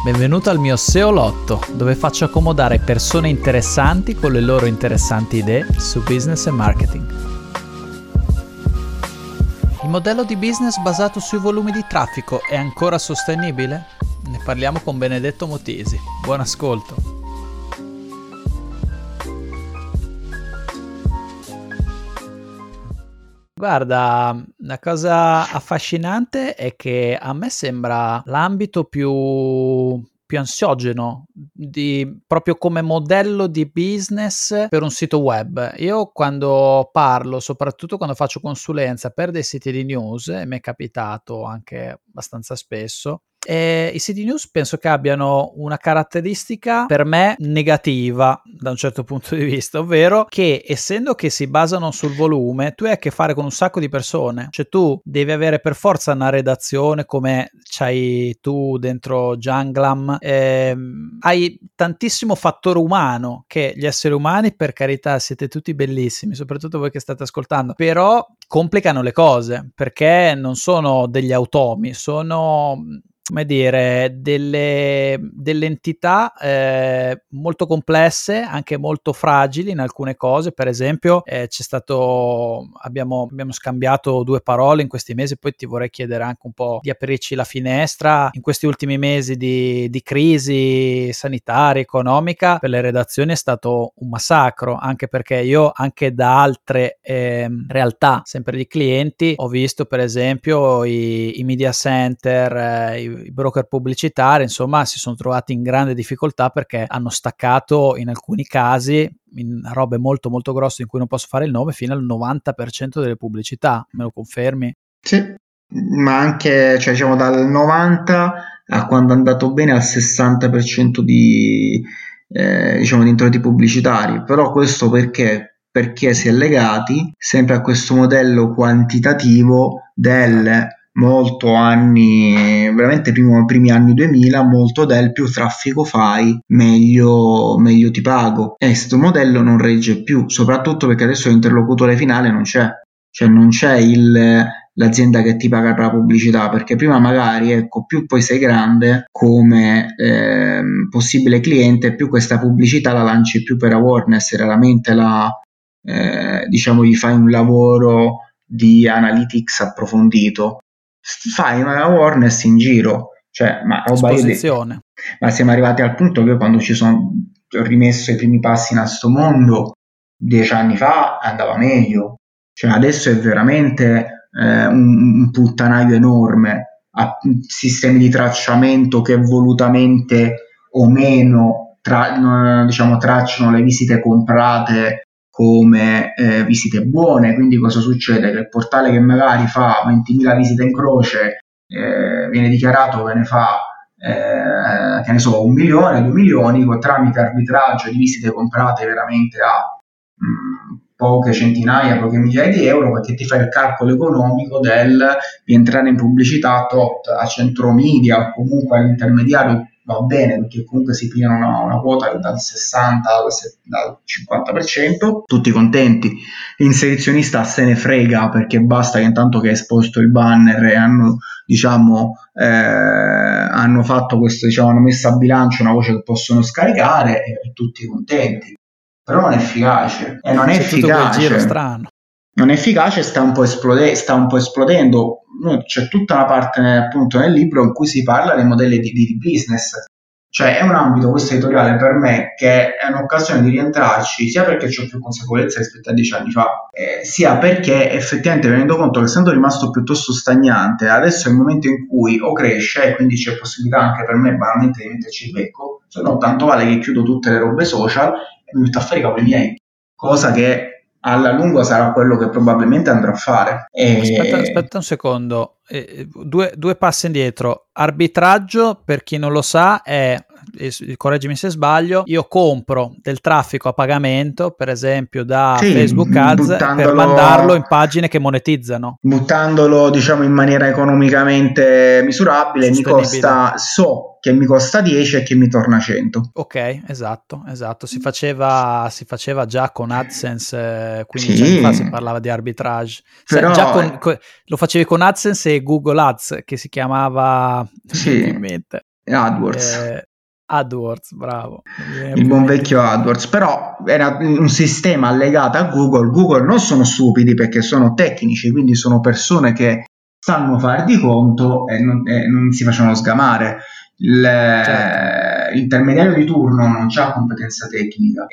Benvenuto al mio SEO Lotto, dove faccio accomodare persone interessanti con le loro interessanti idee su business e marketing. Il modello di business basato sui volumi di traffico è ancora sostenibile? Ne parliamo con Benedetto Motisi. Buon ascolto. Guarda, la cosa affascinante è che a me sembra l'ambito più ansiogeno proprio come modello di business per un sito web. Io quando parlo, soprattutto quando faccio consulenza per dei siti di news, e mi è capitato anche abbastanza spesso, i siti news penso che abbiano una caratteristica per me negativa da un certo punto di vista, ovvero che essendo che si basano sul volume, tu hai a che fare con un sacco di persone, cioè tu devi avere per forza una redazione come c'hai tu dentro Junglam, hai tantissimo fattore umano, che gli esseri umani per carità siete tutti bellissimi, soprattutto voi che state ascoltando, però complicano le cose perché non sono degli automi, sono come dire, delle entità molto complesse, anche molto fragili in alcune cose. Per esempio abbiamo scambiato due parole in questi mesi, poi ti vorrei chiedere anche un po' di aprirci la finestra. In questi ultimi mesi di crisi sanitaria, economica, per le redazioni è stato un massacro, anche perché io anche da altre realtà, sempre di clienti, ho visto per esempio i media center, i broker pubblicitari, insomma, si sono trovati in grande difficoltà perché hanno staccato in alcuni casi, in robe molto molto grosse in cui non posso fare il nome, fino al 90% delle pubblicità. Me lo confermi? Sì, ma anche, cioè, diciamo, dal 90 a quando è andato bene al 60% diciamo, di introiti pubblicitari. Però questo perché si è legati sempre a questo modello quantitativo del molto anni, veramente primi anni 2000, molto del più traffico fai, meglio ti pago. E questo modello non regge più, soprattutto perché adesso l'interlocutore finale non c'è, cioè non c'è l'azienda che ti paga per la pubblicità, perché prima magari, ecco, più poi sei grande come possibile cliente, più questa pubblicità la lanci più per awareness, raramente diciamo gli fai un lavoro di analytics approfondito, fai una awareness in giro, cioè Esposizione. ma siamo arrivati al punto che quando ho rimesso i primi passi in questo mondo 10 anni fa andava meglio, cioè adesso è veramente un puttanaio enorme, a sistemi di tracciamento che volutamente o meno tracciano le visite comprate come visite buone. Quindi cosa succede? Che il portale che magari fa 20.000 visite in croce viene dichiarato che ne fa che ne so, 1 milione, 2 milioni, tramite arbitraggio di visite comprate veramente a poche centinaia, poche migliaia di euro, perché ti fai il calcolo economico di entrare in pubblicità tot a centro media o comunque all'intermediario. Va bene, perché comunque si pigliano una quota dal 60 dal 50%, tutti contenti. L'inserizionista se ne frega, perché basta che intanto che hai esposto il banner e hanno fatto questo, hanno messo a bilancio una voce che possono scaricare, e tutti contenti. Però non è efficace, e non è efficace. Tutto quel giro strano. Non è efficace, sta un po' esplodendo. C'è tutta una parte appunto nel libro in cui si parla dei modelli di business, cioè è un ambito, questo editoriale, per me, che è un'occasione di rientrarci, sia perché ho più consapevolezza rispetto a 10 anni fa, sia perché effettivamente mi rendo conto che, essendo rimasto piuttosto stagnante, adesso è il momento in cui o cresce, e quindi c'è possibilità anche per me banalmente di metterci il becco, se no tanto vale che chiudo tutte le robe social e mi metto a fare i cavoli miei, cosa che alla lunga sarà quello che probabilmente andrò a fare. Aspetta un secondo, due passi indietro. Arbitraggio, per chi non lo sa, è, correggimi se sbaglio, io compro del traffico a pagamento, per esempio da Facebook Ads, per mandarlo in pagine che monetizzano. Buttandolo, diciamo, in maniera economicamente misurabile, che mi costa 10 e che mi torna 100. Ok, esatto. Si faceva già con AdSense 15 anni fa, si parlava di arbitrage. Però, già lo facevi con AdSense e Google Ads, che si chiamava in mente. AdWords. AdWords, bravo. Il buon vecchio AdWords, però era un sistema legato a Google. Google non sono stupidi perché sono tecnici, quindi sono persone che sanno fare di conto e non si facciano sgamare. Certo. L'intermediario di turno non ha competenza tecnica.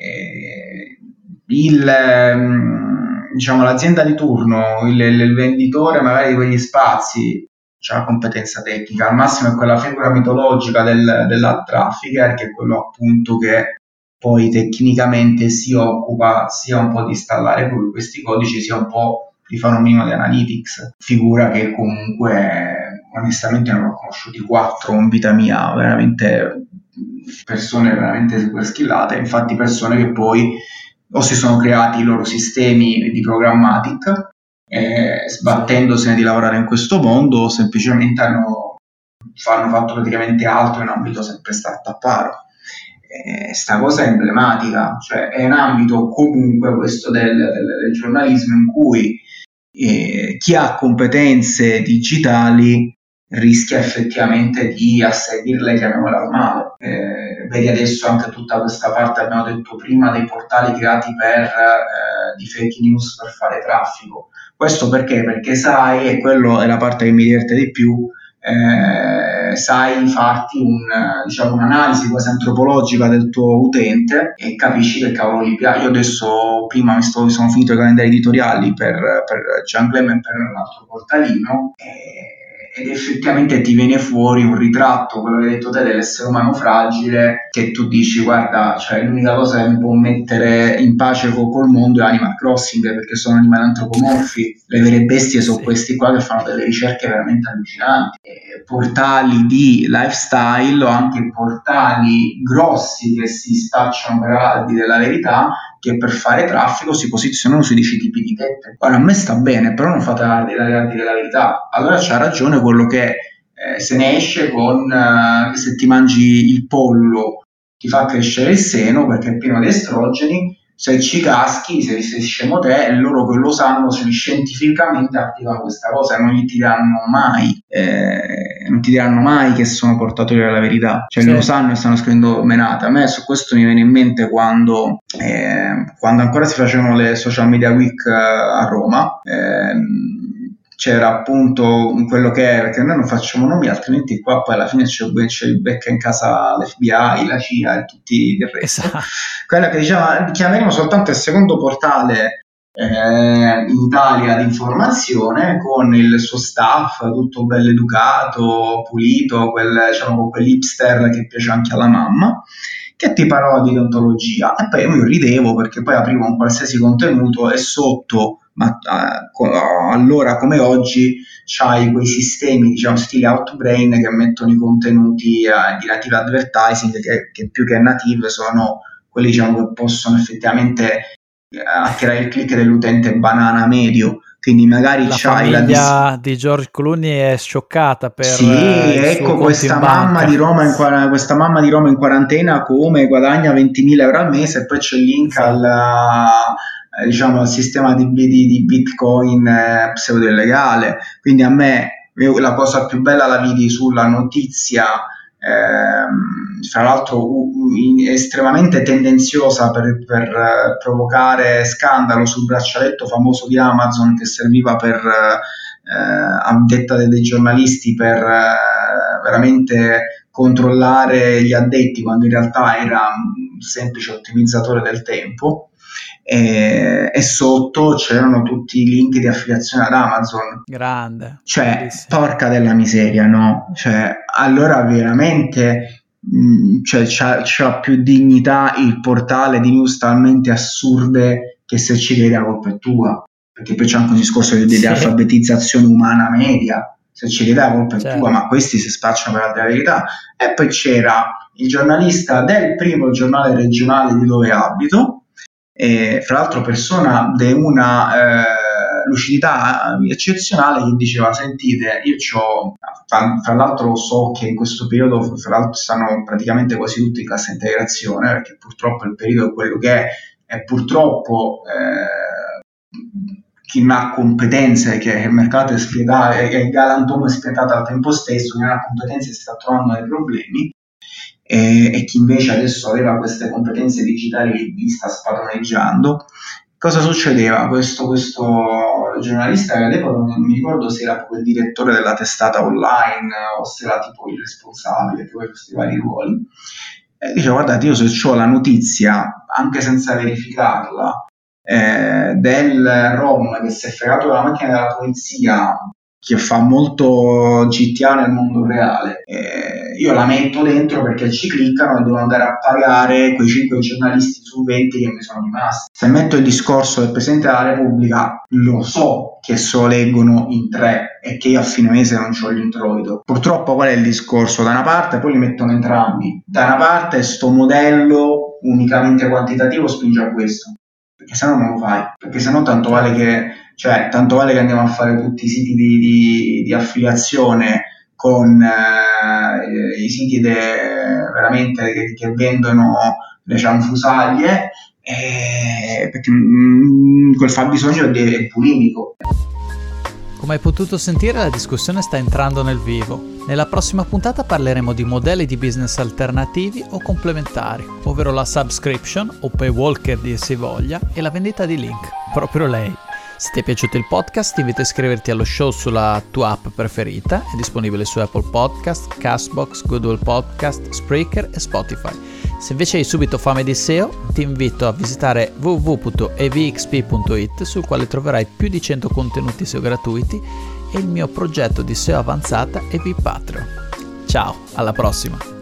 Diciamo, l'azienda di turno, il venditore magari di quegli spazi c'è la competenza tecnica, al massimo è quella figura mitologica della trafficker, che è quello appunto che poi tecnicamente si occupa sia un po' di installare questi codici, sia un po' di fare un minimo di analytics, figura che comunque onestamente non ho conosciuti 4 in vita mia, veramente persone veramente super skillate, infatti persone che poi o si sono creati i loro sistemi di programmatic sbattendosene di lavorare in questo mondo, o semplicemente hanno fatto praticamente altro in ambito sempre startuparo. Sta cosa è emblematica, cioè è un ambito comunque questo del giornalismo in cui chi ha competenze digitali rischia effettivamente di assedirle, chiamiamola al male. Vedi adesso anche tutta questa parte, abbiamo detto prima, dei portali creati di fake news per fare traffico. Questo perché? Perché sai, e quello è la parte che mi diverte di più, sai farti diciamo, un'analisi quasi antropologica del tuo utente e capisci che cavolo gli piace. Io adesso prima mi sono finito i calendari editoriali per Gianglem e per un altro portalino ed effettivamente ti viene fuori un ritratto, quello che hai detto te, dell'essere umano fragile, che tu dici guarda, cioè l'unica cosa che mi può mettere in pace col mondo è Animal Crossing, perché sono animali antropomorfi, le vere bestie sono questi qua che fanno delle ricerche veramente allucinanti. Portali di lifestyle o anche portali grossi che si spacciano per aldi della verità, che per fare traffico si posizionano sui 10 tipi di tette. Ora a me sta bene, però non fate aldi della verità. Allora c'ha ragione quello che se ne esce con se ti mangi il pollo ti fa crescere il seno perché è pieno di estrogeni, se ci caschi, se sei scemo te, e loro che lo sanno, scientificamente attivano questa cosa e non ti diranno mai che sono portatori della verità, cioè lo sanno e stanno scrivendo menate. A me su questo mi viene in mente quando ancora si facevano le social media week a Roma, c'era appunto quello che è, perché noi non facciamo nomi, altrimenti qua poi alla fine c'è il becca in casa l'FBI, la CIA e tutti il resto. Esatto. Quella che diceva chiameremo soltanto il secondo portale in Italia di informazione, con il suo staff tutto bello educato, pulito, diciamo, quell'hipster che piace anche alla mamma, che ti parlava di deontologia, e poi io ridevo perché poi aprivo un qualsiasi contenuto e sotto, ma allora come oggi, c'hai quei sistemi, diciamo, stile Outbrain, che mettono i contenuti di native advertising che più che native sono quelli, diciamo, che possono effettivamente attirare il click dell'utente banana medio. Quindi magari la famiglia di George Clooney è scioccata per ecco questa mamma di Roma in quarantena come guadagna 20.000 euro al mese, e poi c'è il link diciamo al sistema di Bitcoin pseudo illegale. Quindi a me la cosa più bella la vidi sulla notizia, fra l'altro estremamente tendenziosa per provocare scandalo, sul braccialetto famoso di Amazon che serviva per a detta dei giornalisti per veramente controllare gli addetti, quando in realtà era un semplice ottimizzatore del tempo. E sotto c'erano tutti i link di affiliazione ad Amazon. Grande, cioè bellissimo. Porca della miseria, no? Cioè allora veramente c'ha più dignità il portale di news talmente assurde che se ci credi la colpa è tua, perché poi c'è anche un discorso di alfabetizzazione umana media, se ci credi la colpa è tua, ma questi si spacciano per la verità. E poi c'era il giornalista del primo giornale regionale di dove abito, fra l'altro persona di una lucidità eccezionale, che diceva: sentite, io fra l'altro so che in questo periodo fra l'altro stanno praticamente quasi tutti in cassa integrazione, perché purtroppo il periodo è quello che è, e purtroppo chi non ha competenze, che il mercato è spietato, è galantuomo e spietato al tempo stesso, chi non ha competenze si sta trovando dei problemi, e chi invece adesso aveva queste competenze digitali li sta spadroneggiando. Cosa succedeva? Questo giornalista, che all'epoca non mi ricordo se era proprio il direttore della testata online o se era tipo il responsabile di questi vari ruoli, diceva: guardate, io se ho la notizia, anche senza verificarla, del ROM che si è fregato la macchina della polizia, che fa molto GTA nel mondo reale, io la metto dentro perché ci cliccano e devo andare a pagare quei 5 giornalisti su 20 che mi sono rimasti. Se metto il discorso del Presidente della Repubblica, lo so che se lo leggono in 3 e che io a fine mese non c'ho l'introito. Purtroppo qual è il discorso? Da una parte poi li mettono entrambi, da una parte sto modello unicamente quantitativo spinge a questo, perché se no non lo fai, perché se no tanto vale che andiamo a fare tutti i siti di affiliazione con i siti veramente che vendono le cianfrusaglie, perché quel fabbisogno è bulimico. Come hai potuto sentire, la discussione sta entrando nel vivo. Nella prossima puntata parleremo di modelli di business alternativi o complementari, ovvero la subscription o paywall che dir si voglia e la vendita di link, proprio lei. Se ti è piaciuto il podcast, ti invito a iscriverti allo show sulla tua app preferita, è disponibile su Apple Podcast, Castbox, Google Podcast, Spreaker e Spotify. Se invece hai subito fame di SEO, ti invito a visitare www.evxp.it, sul quale troverai più di 100 contenuti SEO gratuiti e il mio progetto di SEO avanzata EV Patreon. Ciao, alla prossima!